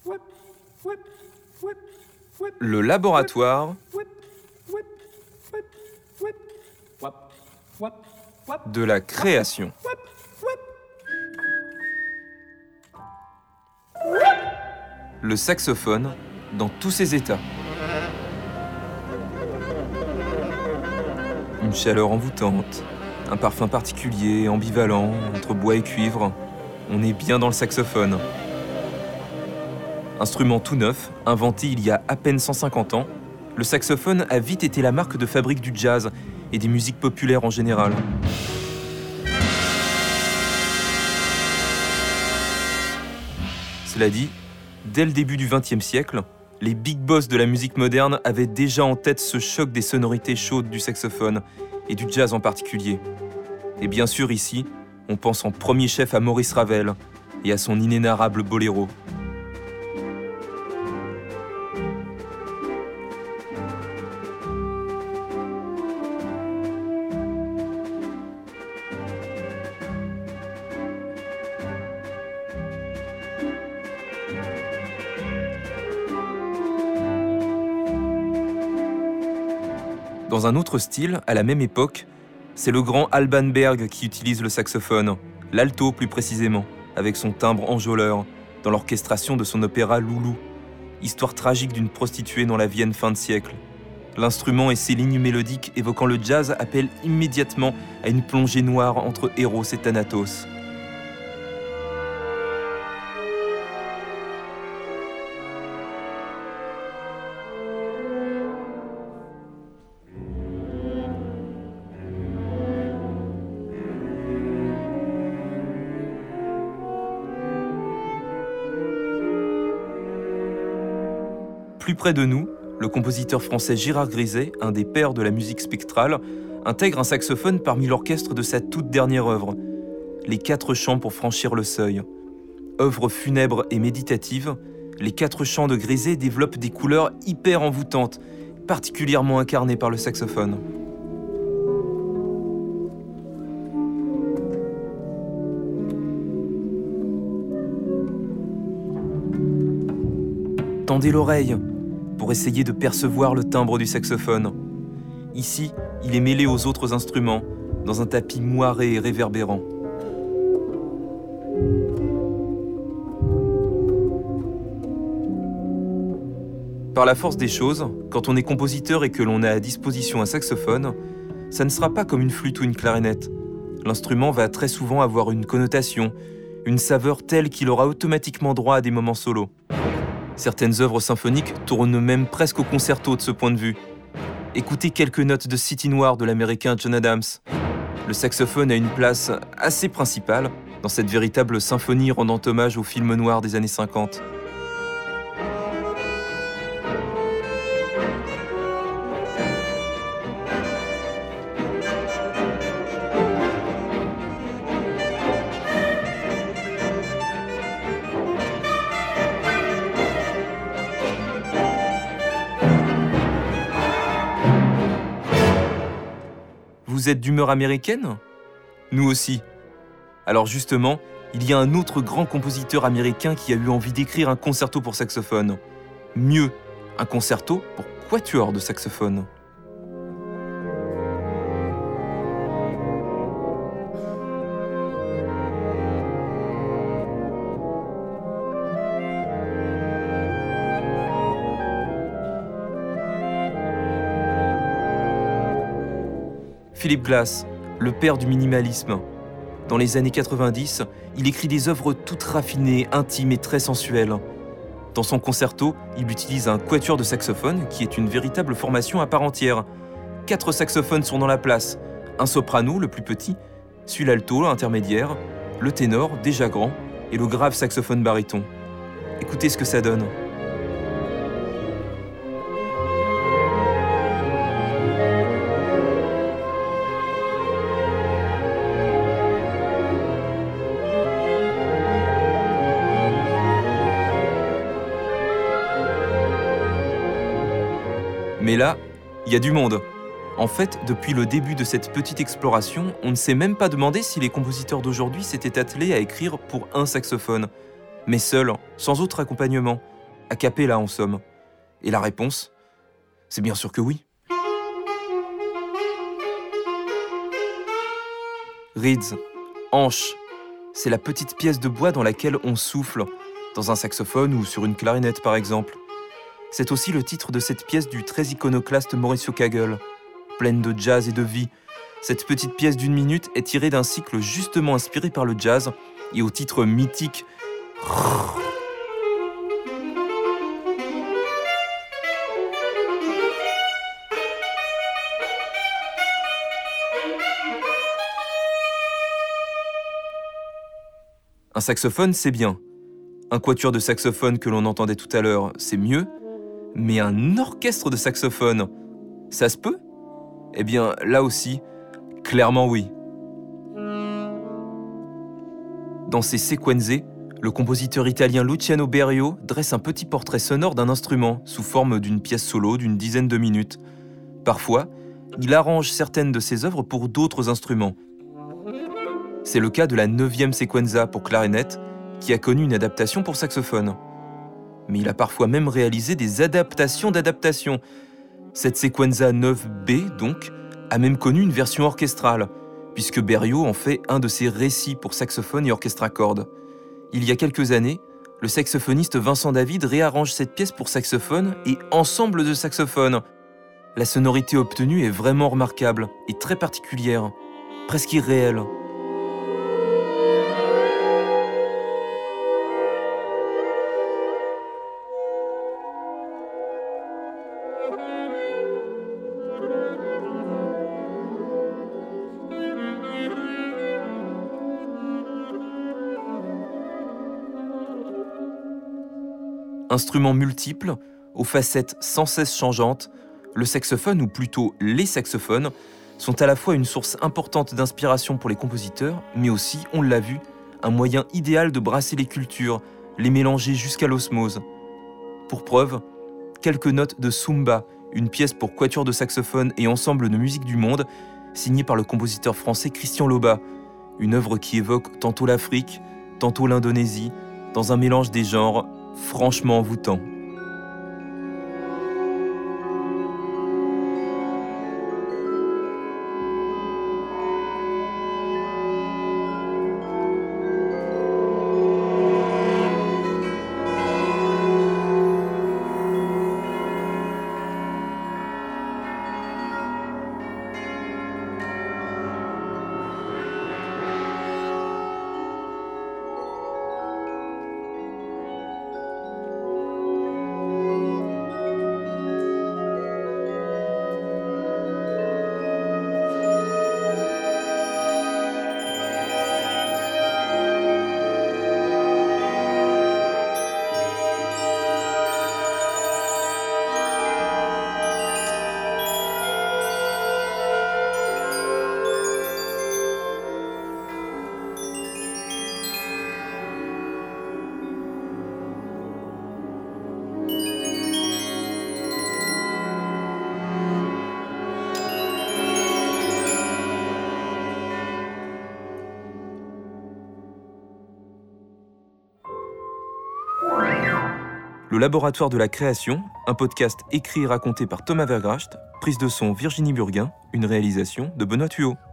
Le laboratoire de la création. Le saxophone dans tous ses états. Une chaleur envoûtante, un parfum particulier, ambivalent, entre bois et cuivre. On est bien dans le saxophone. Instrument tout neuf, inventé il y a à peine 150 ans, le saxophone a vite été la marque de fabrique du jazz et des musiques populaires en général. Cela dit, dès le début du XXe siècle, les big boss de la musique moderne avaient déjà en tête ce choc des sonorités chaudes du saxophone, et du jazz en particulier. Et bien sûr ici, on pense en premier chef à Maurice Ravel et à son inénarrable boléro. Dans un autre style, à la même époque, c'est le grand Alban Berg qui utilise le saxophone, l'alto plus précisément, avec son timbre enjôleur, dans l'orchestration de son opéra Loulou, histoire tragique d'une prostituée dans la Vienne fin de siècle. L'instrument et ses lignes mélodiques évoquant le jazz appellent immédiatement à une plongée noire entre Eros et Thanatos. Plus près de nous, le compositeur français Gérard Griset, un des pères de la musique spectrale, intègre un saxophone parmi l'orchestre de sa toute dernière œuvre, Les 4 chants pour franchir le seuil. Œuvre funèbre et méditative, Les 4 chants de Griset développent des couleurs hyper envoûtantes, particulièrement incarnées par le saxophone. Tendez l'oreille pour essayer de percevoir le timbre du saxophone. Ici, il est mêlé aux autres instruments, dans un tapis moiré et réverbérant. Par la force des choses, quand on est compositeur et que l'on a à disposition un saxophone, ça ne sera pas comme une flûte ou une clarinette. L'instrument va très souvent avoir une connotation, une saveur telle qu'il aura automatiquement droit à des moments solos. Certaines œuvres symphoniques tournent même presque au concerto de ce point de vue. Écoutez quelques notes de City Noir de l'américain John Adams. Le saxophone a une place assez principale dans cette véritable symphonie rendant hommage au film noir des années 50. Vous êtes d'humeur américaine ? Nous aussi. Alors justement, il y a un autre grand compositeur américain qui a eu envie d'écrire un concerto pour saxophone. Mieux, un concerto pour quatuor de saxophone. Philip Glass, le père du minimalisme. Dans les années 90, il écrit des œuvres toutes raffinées, intimes et très sensuelles. Dans son concerto, il utilise un quatuor de saxophone qui est une véritable formation à part entière. 4 saxophones sont dans la place, un soprano, le plus petit, suit l'alto, l'intermédiaire, le ténor, déjà grand, et le grave saxophone baryton. Écoutez ce que ça donne. Mais là, il y a du monde. En fait, depuis le début de cette petite exploration, on ne s'est même pas demandé si les compositeurs d'aujourd'hui s'étaient attelés à écrire pour un saxophone, mais seul, sans autre accompagnement, A cappella en somme. Et la réponse, c'est bien sûr que oui. Reeds, hanche, c'est la petite pièce de bois dans laquelle on souffle, dans un saxophone ou sur une clarinette par exemple. C'est aussi le titre de cette pièce du très iconoclaste Mauricio Kagel. Pleine de jazz et de vie, cette petite pièce d'1 minute est tirée d'un cycle justement inspiré par le jazz et au titre mythique. Un saxophone, c'est bien. Un quatuor de saxophone que l'on entendait tout à l'heure, c'est mieux. Mais un orchestre de saxophone, ça se peut ? Eh bien, là aussi, clairement oui. Dans ses Sequenze, le compositeur italien Luciano Berio dresse un petit portrait sonore d'un instrument sous forme d'une pièce solo d'une dizaine de minutes. Parfois, il arrange certaines de ses œuvres pour d'autres instruments. C'est le cas de la 9e Sequenza pour clarinette, qui a connu une adaptation pour saxophone. Mais il a parfois même réalisé des adaptations d'adaptations. Cette Sequenza 9B, donc, a même connu une version orchestrale, puisque Berio en fait un de ses récits pour saxophone et orchestre à cordes. Il y a quelques années, le saxophoniste Vincent David réarrange cette pièce pour saxophone et ensemble de saxophones. La sonorité obtenue est vraiment remarquable et très particulière, presque irréelle. Instrument multiple, aux facettes sans cesse changeantes, le saxophone, ou plutôt les saxophones, sont à la fois une source importante d'inspiration pour les compositeurs, mais aussi, on l'a vu, un moyen idéal de brasser les cultures, les mélanger jusqu'à l'osmose. Pour preuve, quelques notes de Sumba, une pièce pour quatuor de saxophone et ensemble de musique du monde, signée par le compositeur français Christian Loba, une œuvre qui évoque tantôt l'Afrique, tantôt l'Indonésie, dans un mélange des genres franchement envoûtant. Le Laboratoire de la Création, un podcast écrit et raconté par Thomas Vergracht, prise de son Virginie Burguin, une réalisation de Benoît Thuot.